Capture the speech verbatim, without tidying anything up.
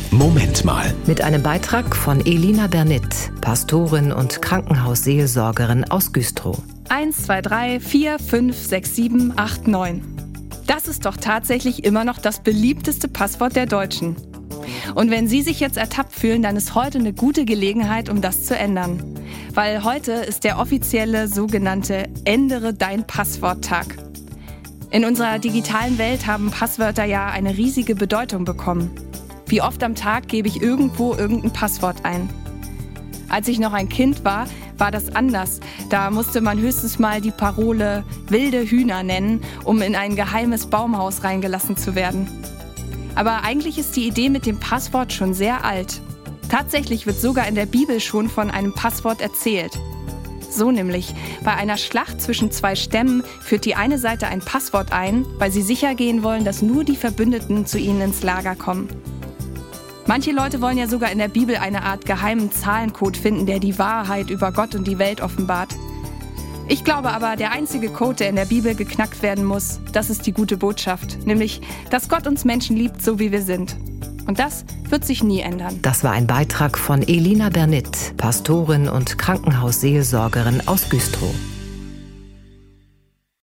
Moment mal. Mit einem Beitrag von Elina Bernitt, Pastorin und Krankenhausseelsorgerin aus Güstrow. eins, zwei, drei, vier, fünf, sechs, sieben, acht, neun. Das ist doch tatsächlich immer noch das beliebteste Passwort der Deutschen. Und wenn Sie sich jetzt ertappt fühlen, dann ist heute eine gute Gelegenheit, um das zu ändern. Weil heute ist der offizielle sogenannte Ändere dein Passwort-Tag. In unserer digitalen Welt haben Passwörter ja eine riesige Bedeutung bekommen. Wie oft am Tag gebe ich irgendwo irgendein Passwort ein? Als ich noch ein Kind war, war das anders. Da musste man höchstens mal die Parole wilde Hühner nennen, um in ein geheimes Baumhaus reingelassen zu werden. Aber eigentlich ist die Idee mit dem Passwort schon sehr alt. Tatsächlich wird sogar in der Bibel schon von einem Passwort erzählt. So nämlich, bei einer Schlacht zwischen zwei Stämmen führt die eine Seite ein Passwort ein, weil sie sicher gehen wollen, dass nur die Verbündeten zu ihnen ins Lager kommen. Manche Leute wollen ja sogar in der Bibel eine Art geheimen Zahlencode finden, der die Wahrheit über Gott und die Welt offenbart. Ich glaube aber, der einzige Code, der in der Bibel geknackt werden muss, das ist die gute Botschaft. Nämlich, dass Gott uns Menschen liebt, so wie wir sind. Und das wird sich nie ändern. Das war ein Beitrag von Elina Bernitt, Pastorin und Krankenhausseelsorgerin aus Güstrow.